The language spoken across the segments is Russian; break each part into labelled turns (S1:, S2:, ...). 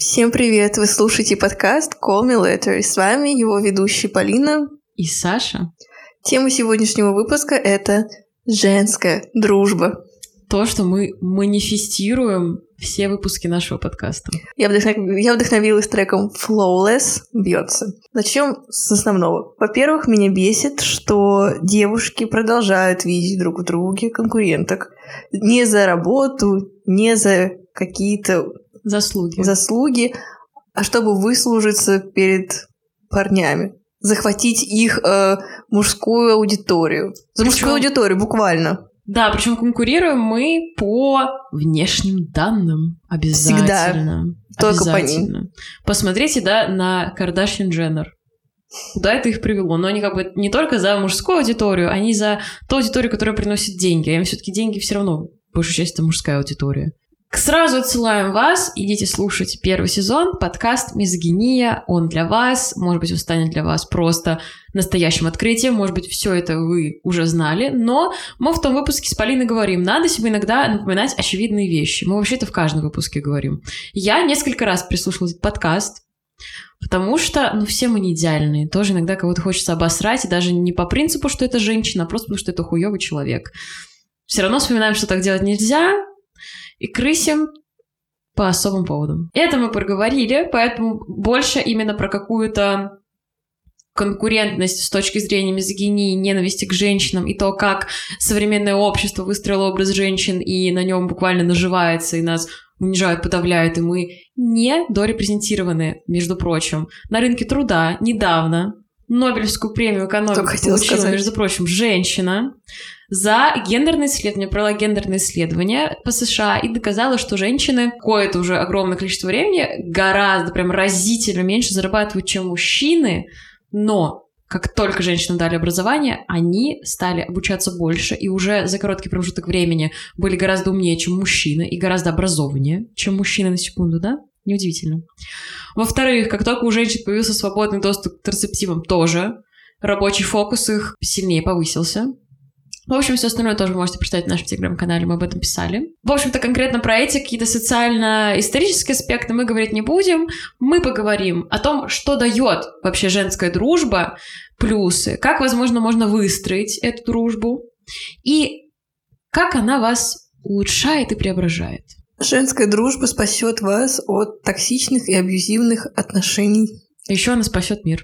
S1: Всем привет! Вы слушаете подкаст Call Me Later. И с вами его ведущие Полина
S2: и Саша.
S1: Тема сегодняшнего выпуска — это женская дружба.
S2: То, что мы манифестируем все выпуски нашего подкаста.
S1: Я вдохновилась треком Flawless Бейонсе. Начнем с основного. Во-первых, меня бесит, что девушки продолжают видеть друг в друге конкуренток. Не за работу, не за какие-то заслуги, а чтобы выслужиться перед парнями. Захватить их мужскую аудиторию. За мужскую аудиторию, буквально.
S2: Да, причем конкурируем мы по внешним данным. Обязательно.
S1: Всегда. Только по ним.
S2: Посмотрите, на Кардашьян-Дженнер. Куда это их привело? Но они как бы не только за мужскую аудиторию, они за ту аудиторию, которая приносит деньги. А им все-таки деньги все равно, большую часть, это мужская аудитория. Сразу отсылаем вас, идите слушать первый сезон, подкаст «Мизогиния», он для вас, может быть, он станет для вас просто настоящим открытием, может быть, все это вы уже знали, но мы в том выпуске с Полиной говорим, надо себе иногда напоминать очевидные вещи, мы вообще-то в каждом выпуске говорим. Я несколько раз прислушалась к подкаст, потому что, все мы не идеальные, тоже иногда кого-то хочется обосрать, и даже не по принципу, что это женщина, а просто потому, что это хуёвый человек. Все равно вспоминаем, что так делать нельзя, и крысим по особым поводам. Это мы проговорили, поэтому больше именно про какую-то конкурентность с точки зрения мизогинии, ненависти к женщинам и то, как современное общество выстроило образ женщин и на нем буквально наживается, и нас унижают, подавляют, и мы не дорепрезентированы, между прочим. На рынке труда недавно Нобелевскую премию экономики получила, между прочим, женщина за гендерное исследование, провела гендерное исследование по США и доказала, что женщины какое-то уже огромное количество времени гораздо прям разительно меньше зарабатывают, чем мужчины, но как только женщинам дали образование, они стали обучаться больше и уже за короткий промежуток времени были гораздо умнее, чем мужчины, и гораздо образованнее, чем мужчины, на секунду, да? Неудивительно. Во-вторых, как только у женщин появился свободный доступ к контрацептивам, тоже рабочий фокус их сильнее повысился. В общем, все остальное тоже вы можете прочитать в нашем телеграм-канале, мы об этом писали. В общем-то, конкретно про эти какие-то социально-исторические аспекты мы говорить не будем. Мы поговорим о том, что дает вообще женская дружба, плюсы, как, возможно, можно выстроить эту дружбу, и как она вас улучшает и преображает.
S1: Женская дружба спасет вас от токсичных и абьюзивных отношений.
S2: Еще она спасет мир.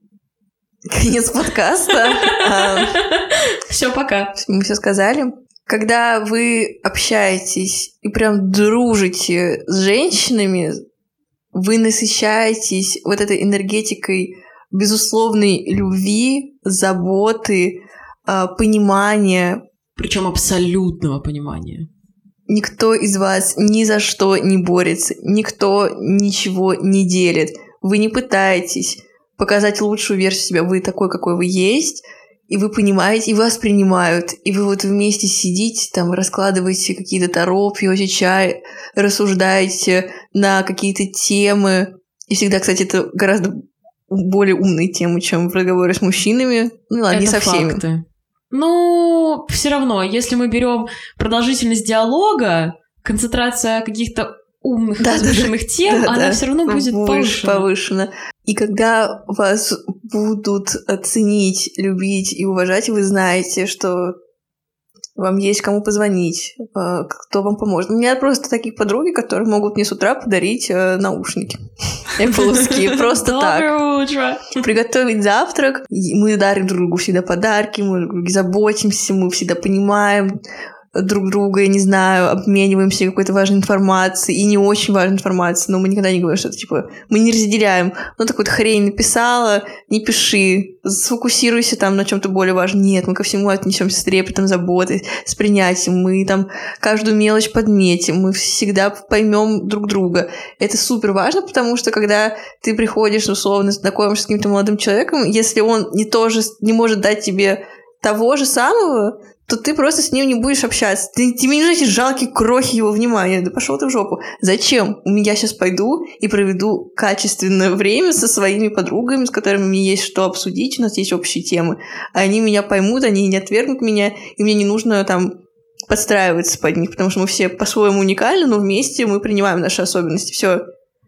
S1: Конец подкаста.
S2: Все, пока.
S1: Мы все сказали. Когда вы общаетесь и прям дружите с женщинами, вы насыщаетесь вот этой энергетикой безусловной любви, заботы, понимания.
S2: Причем абсолютного понимания.
S1: Никто из вас ни за что не борется, никто ничего не делит. Вы не пытаетесь показать лучшую версию себя, вы такой, какой вы есть, и вы понимаете, и вас принимают, и вы вот вместе сидите, там, раскладываете какие-то таро, пьете чай, рассуждаете на какие-то темы. И всегда, кстати, это гораздо более умные темы, чем в разговоре с мужчинами. Ну ладно,
S2: это
S1: не со всеми.
S2: Факты. Все равно, если мы берем продолжительность диалога, концентрация каких-то умных, возвышенных тем, она все равно будет повышена. И когда вас будут ценить, любить и уважать, вы знаете, что вам есть кому позвонить, кто вам поможет. У меня просто такие подруги, которые могут мне с утра подарить наушники Apple-овские, просто так. Доброе утро!
S1: Приготовить завтрак. Мы дарим друг другу всегда подарки, мы друг другу заботимся, мы всегда понимаем друг друга, я не знаю, обмениваемся какой-то важной информацией и не очень важной информацией, но мы никогда не говорим, что это, типа, мы не разделяем. Ну, такую хрень написала, не пиши, сфокусируйся там на чем-то более важном. Нет, мы ко всему отнесемся с трепетом, заботой, с принятием, мы там каждую мелочь подметим, мы всегда поймем друг друга. Это супер важно, потому что когда ты приходишь, условно, знакомишься с каким-то молодым человеком, если он не может дать тебе того же самого, то ты просто с ним не будешь общаться. Тебе не нужны эти жалкие крохи его внимания. Да пошел ты в жопу. Зачем? Я сейчас пойду и проведу качественное время со своими подругами, с которыми мне есть что обсудить, у нас есть общие темы. Они меня поймут, они не отвергнут меня, и мне не нужно там подстраиваться под них, потому что мы все по-своему уникальны, но вместе мы принимаем наши особенности. Все.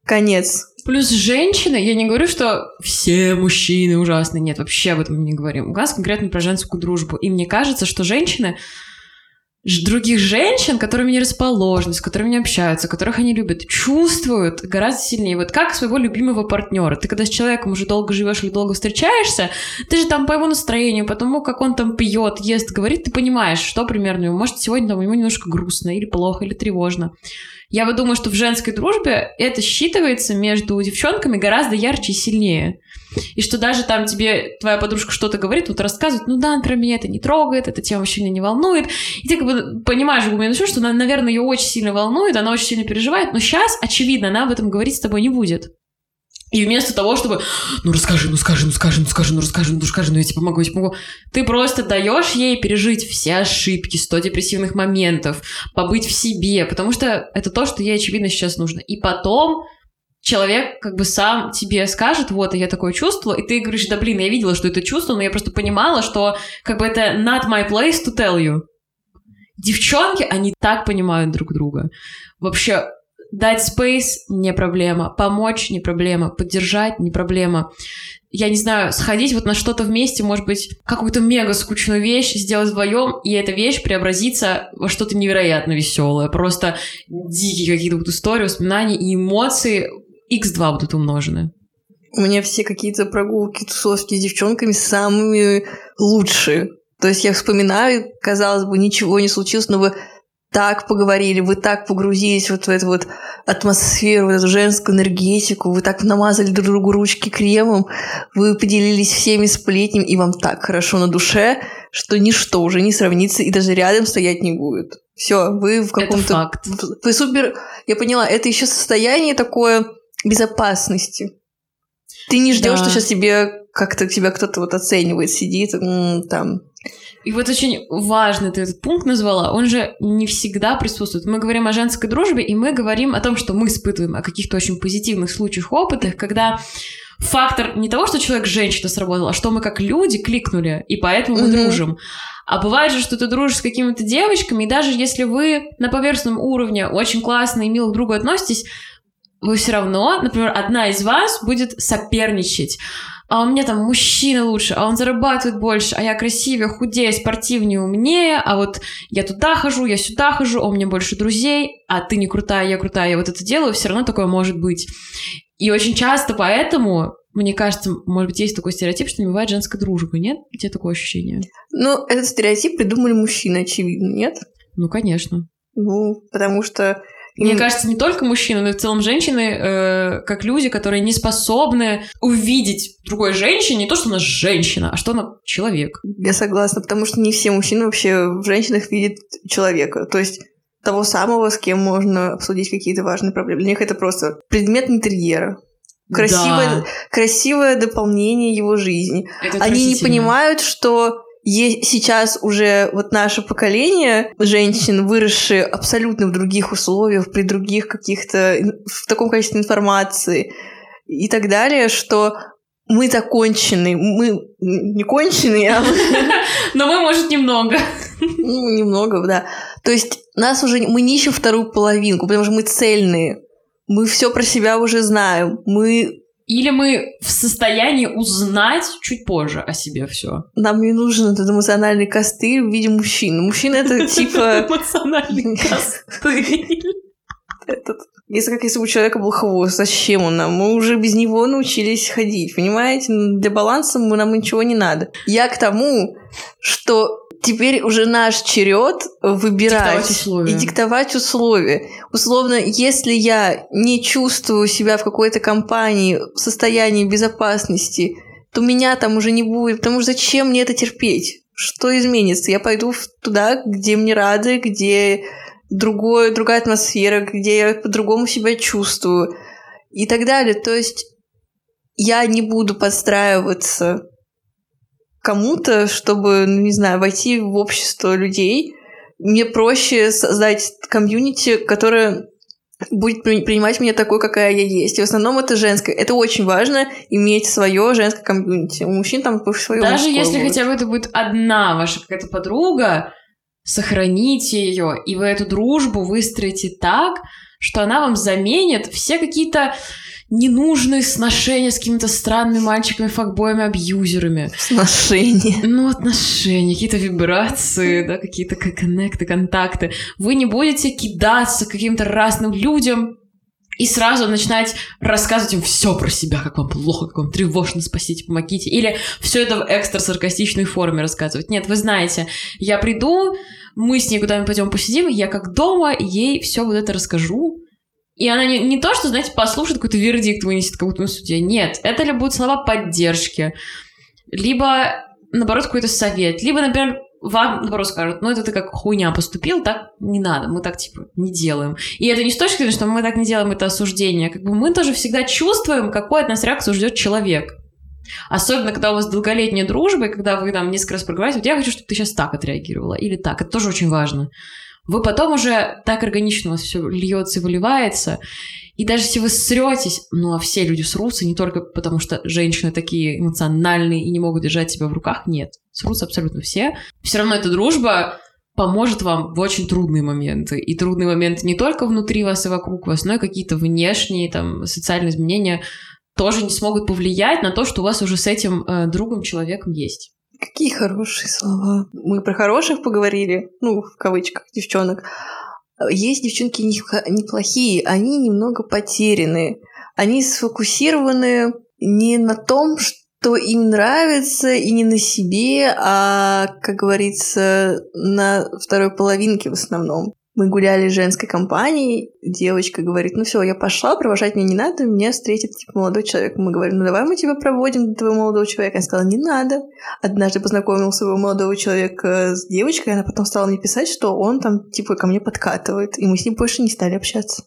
S1: конец.
S2: Плюс женщины, я не говорю, что все мужчины ужасные, нет, вообще об этом не говорим. У нас конкретно про женскую дружбу. И мне кажется, что женщины других женщин, которыми не расположены, с которыми не общаются, которых они любят, чувствуют гораздо сильнее. Вот как своего любимого партнера. Ты когда с человеком уже долго живешь или долго встречаешься, ты же там по его настроению, по тому, как он там пьет, ест, говорит, ты понимаешь, что примерно ему. Может, сегодня там ему немножко грустно, или плохо, или тревожно. Я вот думаю, что в женской дружбе это считывается между девчонками гораздо ярче и сильнее. И что даже там тебе твоя подружка что-то говорит, вот рассказывает, ну да, например, меня это не трогает, эта тема вообще меня не волнует. И ты как бы понимаешь в глубине души, что она, наверное, ее очень сильно волнует, она очень сильно переживает, но сейчас, очевидно, она об этом говорить с тобой не будет. И вместо того, чтобы ну расскажи, ну я тебе помогу, ты просто даешь ей пережить все ошибки, 100 депрессивных моментов, побыть в себе, потому что это то, что ей, очевидно, сейчас нужно. И потом человек как бы сам тебе скажет, вот, я такое чувствовала, и ты говоришь, да блин, я видела, что это чувство, но я просто понимала, что как бы это not my place to tell you. Девчонки, они так понимают друг друга. Вообще, дать space — не проблема, помочь — не проблема, поддержать — не проблема. Я не знаю, сходить вот на что-то вместе, может быть, какую-то мега скучную вещь сделать вдвоем, и эта вещь преобразится во что-то невероятно веселое. Просто дикие какие-то вот истории, воспоминания и эмоции x2 будут умножены.
S1: У меня все какие-то прогулки, тусовки с девчонками самые лучшие. То есть я вспоминаю, казалось бы, ничего не случилось, но вы так поговорили, вы так погрузились вот в эту вот атмосферу, в эту женскую энергетику, вы так намазали друг другу ручки кремом, вы поделились всеми сплетнями, и вам так хорошо на душе, что ничто уже не сравнится и даже рядом стоять не будет. Все, вы в каком-то...
S2: Это факт.
S1: Вы супер... Я поняла, это еще состояние такое безопасности. Ты не ждешь, что сейчас тебе как-то тебя кто-то вот оценивает, сидит там...
S2: И вот очень важный ты этот пункт назвала, он же не всегда присутствует. Мы говорим о женской дружбе, и мы говорим о том, что мы испытываем, о каких-то очень позитивных случаях, опытах, когда фактор не того, что человек-женщина сработал, а что мы как люди кликнули, и поэтому мы дружим. А бывает же, что ты дружишь с какими-то девочками, и даже если вы на поверхностном уровне очень классно и мило к другу относитесь, вы все равно, например, одна из вас будет соперничать. А у меня там мужчина лучше, а он зарабатывает больше, а я красивее, худее, спортивнее, умнее, а вот я туда хожу, я сюда хожу, а у меня больше друзей, а ты не крутая, я вот это делаю, все равно такое может быть. И очень часто поэтому, мне кажется, может быть, есть такой стереотип, что не бывает женской дружбы, нет? У тебя такое ощущение?
S1: Ну, этот стереотип придумали мужчины, очевидно, нет?
S2: Ну, конечно.
S1: Ну, потому что...
S2: Мне кажется, не только мужчины, но и в целом женщины, как люди, которые не способны увидеть другой женщине не то, что она женщина, а что она человек.
S1: Я согласна, потому что не все мужчины вообще в женщинах видят человека. То есть того самого, с кем можно обсудить какие-то важные проблемы. Для них это просто предмет интерьера. Красивое дополнение его жизни. Они не понимают, что... Сейчас уже вот наше поколение женщин, выросшие абсолютно в других условиях, при других каких-то, в таком количестве информации и так далее, что мы закончены. Мы не конченые, а...
S2: Но мы, может, немного.
S1: Ну, немного, да. То есть нас уже... Мы не ищем вторую половинку, потому что мы цельные. Мы все про себя уже знаем.
S2: Или мы в состоянии узнать чуть позже о себе все.
S1: Нам не нужен этот эмоциональный костыль в виде мужчин. Мужчина — это типа...
S2: Эмоциональный костыль.
S1: Если у человека был хвост, зачем он нам? Мы уже без него научились ходить, понимаете? Для баланса нам ничего не надо. Я к тому, что теперь уже наш черед выбирать и диктовать условия. Условно, если я не чувствую себя в какой-то компании в состоянии безопасности, то меня там уже не будет, потому что зачем мне это терпеть? Что изменится? Я пойду туда, где мне рады, где другая атмосфера, где я по-другому себя чувствую и так далее. То есть я не буду подстраиваться кому-то, чтобы, не знаю, войти в общество людей. Мне проще создать комьюнити, которое будет принимать меня такой, какая я есть. И в основном это женское. Это очень важно, иметь свое женское комьюнити. У мужчин там свое мужское.
S2: Даже если хотя бы это будет одна ваша какая-то подруга, сохраните ее, и вы эту дружбу выстроите так, что она вам заменит все какие-то ненужные сношения с какими-то странными мальчиками, факбоями, абьюзерами.
S1: Сношения.
S2: Ну, отношения, какие-то вибрации, да, какие-то коннекты, контакты. Вы не будете кидаться к каким-то разным людям и сразу начинать рассказывать им все про себя, как вам плохо, как вам тревожно, спасите, помогите. Или все это в экстра-саркастичной форме рассказывать. Нет, вы знаете, я приду, мы с ней куда-нибудь пойдем посидим, я как дома ей все вот это расскажу. И она не то, что, знаете, послушает какой-то вердикт, вынесет как будто на суде. Нет, это ли будут слова поддержки, либо, наоборот, какой-то совет, либо, например, вам, наоборот, скажут, ну, это ты как хуйня поступил, так не надо, мы так, типа, не делаем. И это не с точки зрения, что мы так не делаем, это осуждение. Как бы мы тоже всегда чувствуем, какой от нас реакцию ждет человек. Особенно, когда у вас долголетняя дружба, и когда вы там несколько раз проговорите, вот я хочу, чтобы ты сейчас так отреагировала, или так. Это тоже очень важно. Вы потом уже так органично у вас все льется и выливается. И даже если вы ссретесь, ну а все люди срутся, не только потому, что женщины такие эмоциональные и не могут держать себя в руках, нет. Срутся абсолютно все. Все равно эта дружба поможет вам в очень трудные моменты. И трудные моменты не только внутри вас и вокруг вас, но и какие-то внешние там, социальные изменения тоже не смогут повлиять на то, что у вас уже с этим другом человеком есть.
S1: Какие хорошие слова. Мы про хороших поговорили, ну, в кавычках, девчонок. Есть девчонки неплохие, они немного потеряны. Они сфокусированы не на том, что им нравится, и не на себе, а, как говорится, на второй половинке в основном. Мы гуляли с женской компанией, девочка говорит, ну все, я пошла, провожать меня не надо, меня встретит типа, молодой человек. Мы говорим, ну давай мы тебя проводим до твоего молодого человека. Она сказала, не надо. Однажды познакомил своего молодого человека с девочкой, она потом стала мне писать, что он там типа ко мне подкатывает, и мы с ним больше не стали общаться.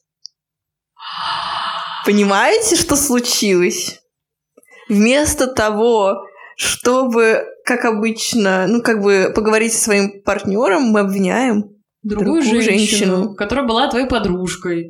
S1: Понимаете, что случилось? Вместо того, чтобы, как обычно, ну как бы поговорить со своим партнером, мы обвиняем другую женщину,
S2: которая была твоей подружкой.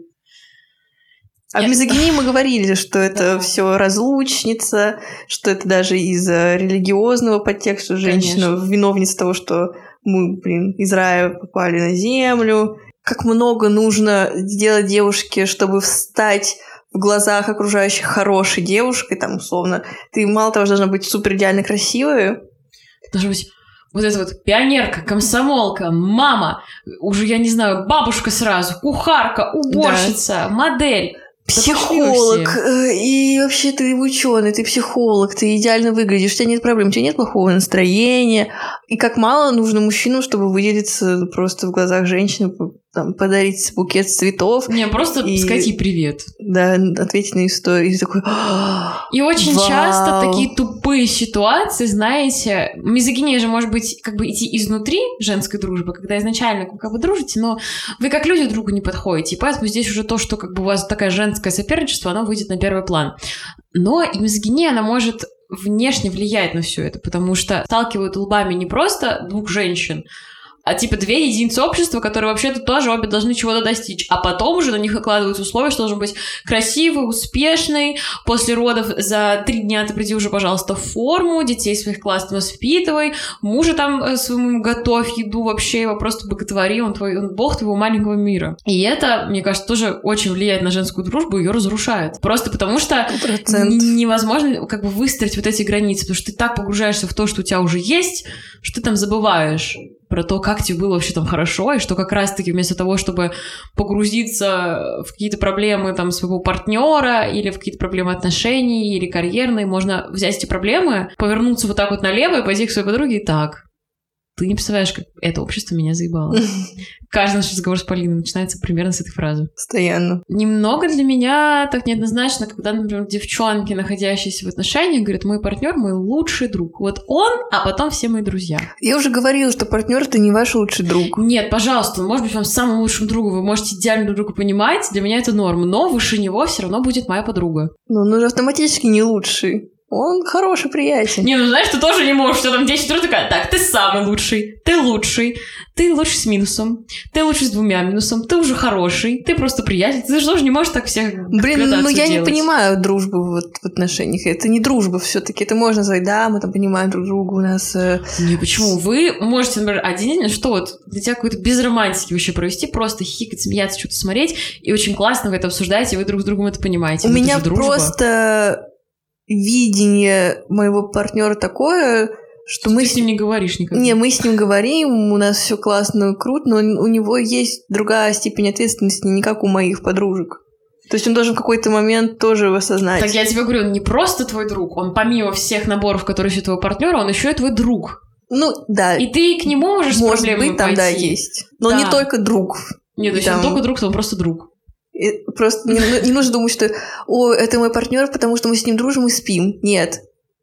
S1: А в мизогинии мы говорили, что это все разлучница, что это даже из-за религиозного подтекста женщина виновница того, что мы, из рая попали на землю. Как много нужно сделать девушке, чтобы встать в глазах окружающих хорошей девушкой, там, условно. Ты мало того, что должна быть супер идеально красивой.
S2: Должна быть вот эта вот пионерка, комсомолка, мама, уже, я не знаю, бабушка сразу, кухарка, уборщица, модель.
S1: Психолог. И вообще ты ученый, ты психолог, ты идеально выглядишь, у тебя нет проблем, у тебя нет плохого настроения. И как мало нужно мужчину, чтобы выделиться просто в глазах женщины, там, подарить букет цветов.
S2: Не, просто сказать ей привет.
S1: Да, ответить на историю. И такой...
S2: И очень часто такие тупые ситуации, знаете, мизогиния же может быть как бы идти изнутри женской дружбы, когда изначально вы как бы дружите, но вы как люди другу не подходите. И поэтому здесь уже то, что как бы у вас такая женское соперничество, оно выйдет на первый план. Но и мизогиния, она может внешне влиять на все это, потому что сталкивают лбами не просто двух женщин, а типа две единицы общества, которые вообще-то тоже обе должны чего-то достичь. А потом уже на них накладываются условия, что должен быть красивый, успешный. После родов за 3 дня ты приди уже, пожалуйста, в форму, детей своих классно воспитывай, мужа там своему готовь еду, вообще его просто боготвори, он бог твоего маленького мира. И это, мне кажется, тоже очень влияет на женскую дружбу, ее разрушает. Просто потому что невозможно как бы выстроить вот эти границы, потому что ты так погружаешься в то, что у тебя уже есть, что ты там забываешь про то, как тебе было вообще там хорошо, и что как раз-таки вместо того, чтобы погрузиться в какие-то проблемы там своего партнера или в какие-то проблемы отношений или карьерные, можно взять эти проблемы, повернуться вот так вот налево и пойти к своей подруге и так. Ты не представляешь, как это общество меня заебало. Каждый наш разговор с Полиной начинается примерно с этой фразы.
S1: Постоянно.
S2: Немного для меня так неоднозначно, когда, например, девчонки, находящиеся в отношениях, говорят, мой партнер мой лучший друг. Вот он, а потом все мои друзья.
S1: Я уже говорила, что партнер это не ваш лучший друг.
S2: Нет, пожалуйста, он может быть вам самым лучшим другом, вы можете идеально друг друга понимать, для меня это норма, но выше него все равно будет моя подруга.
S1: Но он уже автоматически не лучший. Он хороший приятель.
S2: Не, ну знаешь, ты тоже не можешь, что там 10 раз такая, так, ты самый лучший, ты лучший с минусом, ты лучший с 2 минусом, ты уже хороший, ты просто приятель, ты же тоже не можешь так всех
S1: Блин, ну я
S2: делать.
S1: не понимаю дружбу вот в отношениях. Это не дружба все-таки. Это можно сказать, да, мы там понимаем друг друга, у нас...
S2: Не, почему? Вы можете, например, один день, что вот для тебя какой-то без романтики вообще провести, просто хихикать, смеяться, что-то смотреть, и очень классно вы это обсуждаете, и вы друг с другом это понимаете.
S1: У
S2: Но
S1: меня
S2: это же дружба.
S1: просто видение моего партнера такое, что мы
S2: Ты с ним не говоришь никогда.
S1: Не, мы с ним говорим, у нас все классно, круто, но у него есть другая степень ответственности, не как у моих подружек. То есть он должен в какой-то момент тоже осознать.
S2: Так я тебе говорю, он не просто твой друг, он помимо всех наборов, которые есть у твоего партнера, он еще и твой друг.
S1: Ну, да.
S2: И ты к нему можешь с проблемами
S1: быть, там,
S2: пойти.
S1: да, есть. Но
S2: да.
S1: не только друг.
S2: Нет, то есть он только друг, то он просто друг.
S1: И просто не нужно думать, что «О, это мой партнер, потому что мы с ним дружим и спим». Нет.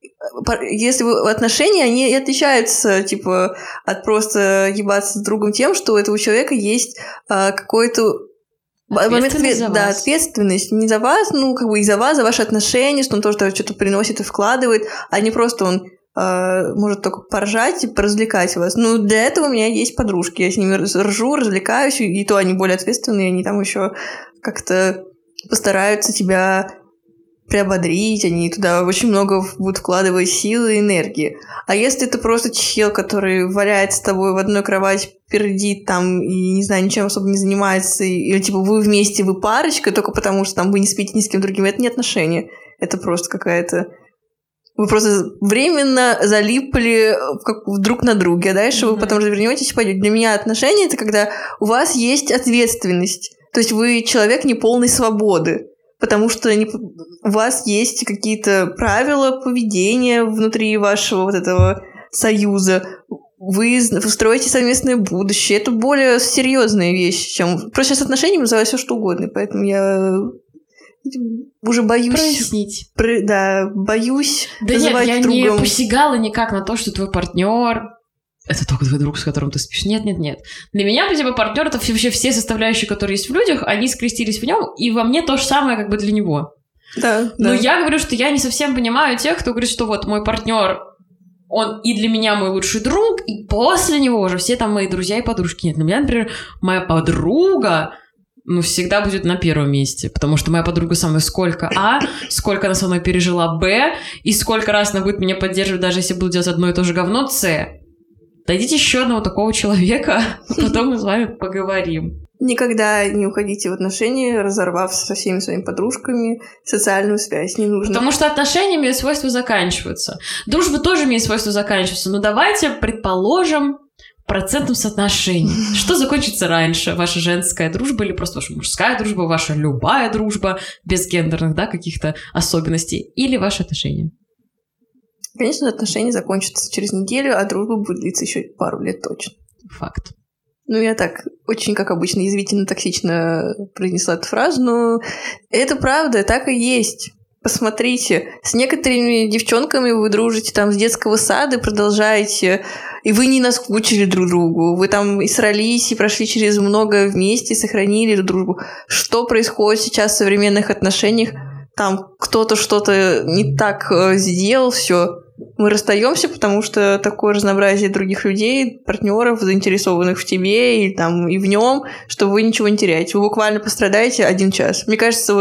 S1: Если отношения, они отличаются, типа, от просто ебаться с другом тем, что у этого человека есть какой-то момент ответственность не за вас, ну, как бы и за вас, за ваши отношения, что он тоже что-то приносит и вкладывает, а не просто он может только поржать и поразвлекать вас. Ну, для этого у меня есть подружки. Я с ними ржу, развлекаюсь, и то они более ответственные, они там еще как-то постараются тебя приободрить, они туда очень много будут вкладывать силы и энергии. А если это просто чел, который валяется с тобой в одной кровати, пердит там и, не знаю, ничем особо не занимается, или типа вы вместе, вы парочка, только потому что там вы не спите ни с кем другим, это не отношения. Это просто какая-то... Вы просто временно залипли друг на друге, а дальше вы потом же вернетесь и пойдете. Для меня отношения — это когда у вас есть ответственность. То есть вы человек неполной свободы, потому что у вас есть какие-то правила поведения внутри вашего вот этого союза. Вы строите совместное будущее. Это более серьезная вещь, чем... Просто сейчас отношения называют все что угодно, поэтому я... уже боюсь...
S2: Прояснить.
S1: Боюсь
S2: да
S1: называть
S2: нет, я
S1: другом.
S2: не посягала никак на то, что твой партнер это только твой друг, с которым ты спишь. Нет. Для меня, типа, партнер — это вообще все составляющие, которые есть в людях, они скрестились в нем, и во мне то же самое как бы для него.
S1: Да.
S2: Но я говорю, что я не совсем понимаю тех, кто говорит, что вот мой партнер, он и для меня мой лучший друг, и после него уже все там мои друзья и подружки. Нет, для меня, например, моя подруга всегда будет на первом месте, потому что моя подруга со мной сколько сколько она со мной пережила и сколько раз она будет меня поддерживать, даже если буду делать одно и то же говно, Дойдите еще одного такого человека, а потом мы с вами поговорим.
S1: Никогда не уходите в отношения, разорвав со всеми своими подружками социальную связь. Не нужно.
S2: Потому что отношения имеют свойство заканчиваться. Дружба тоже имеет свойство заканчиваться. Но давайте предположим процентном соотношении. Что закончится раньше? Ваша женская дружба или просто ваша мужская дружба, ваша любая дружба, без гендерных, каких-то особенностей, или ваши отношения?
S1: Конечно, отношения закончатся через неделю, а дружба будет длиться еще пару лет точно.
S2: Факт.
S1: Я так очень, как обычно, язвительно, токсично произнесла эту фразу, но это правда, так и есть. Посмотрите, с некоторыми девчонками вы дружите там с детского сада, продолжаете, и вы не наскучили друг другу, вы там и срались, и прошли через много вместе, сохранили друг дружбу. Что происходит сейчас в современных отношениях? Там кто-то что-то не так сделал, все. Мы расстаемся, потому что такое разнообразие других людей, партнеров, заинтересованных в тебе и в нем, что вы ничего не теряете. Вы буквально пострадаете 1 час. Мне кажется,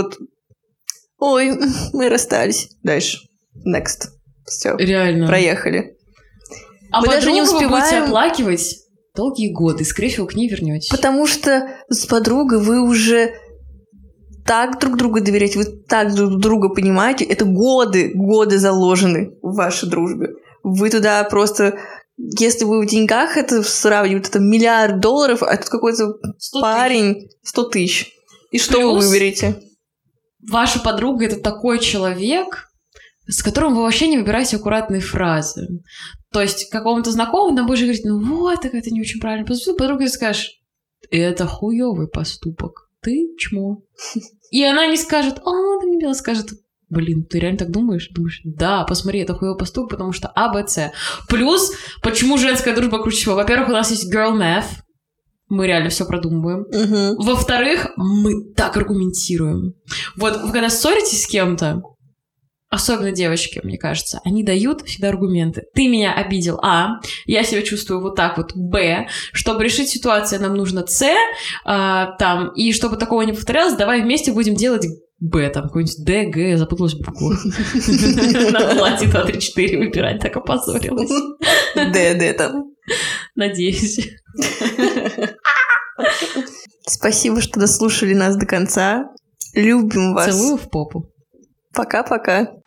S1: ой, мы расстались. Дальше. Next. Все.
S2: Реально.
S1: Проехали.
S2: А мы даже не успеваем... вы будете оплакивать долгие годы. Скорее всего, к ней вернетесь.
S1: Потому что с подругой вы уже так друг другу доверяете, вы так друг друга понимаете. Это годы заложены в вашей дружбе. Вы туда просто... Если вы в деньгах это сравниваете, это $1 миллиард, а тут какой-то парень 100 тысяч. И что вы выберете?
S2: Ваша подруга — это такой человек, с которым вы вообще не выбираете аккуратные фразы. То есть какому-то знакомому там будешь говорить, так это не очень правильно поступок. Подруга, ты скажешь, это хуёвый поступок. Ты чмо. И она не скажет, ты не била, скажет, блин, ты реально так думаешь? Думаешь, да, посмотри, это хуёвый поступок, потому что А, Б, С. Плюс, почему женская дружба круче всего? Во-первых, у нас есть girl math. Мы реально все продумываем.
S1: Угу.
S2: Во-вторых, мы так аргументируем. Вот вы когда ссоритесь с кем-то, особенно девочки, мне кажется, они дают всегда аргументы. Ты меня обидел, А, я себя чувствую вот так вот, Б, чтобы решить ситуацию, нам нужно С, и чтобы такого не повторялось, давай вместе будем делать Б, там, какой-нибудь Д, Г, запуталась в букву. Надо было 1, 2, 3, 4 выбирать, так опозорилась.
S1: Д там.
S2: Надеюсь.
S1: Спасибо, что дослушали нас до конца. Любим вас.
S2: Целую в попу.
S1: Пока-пока.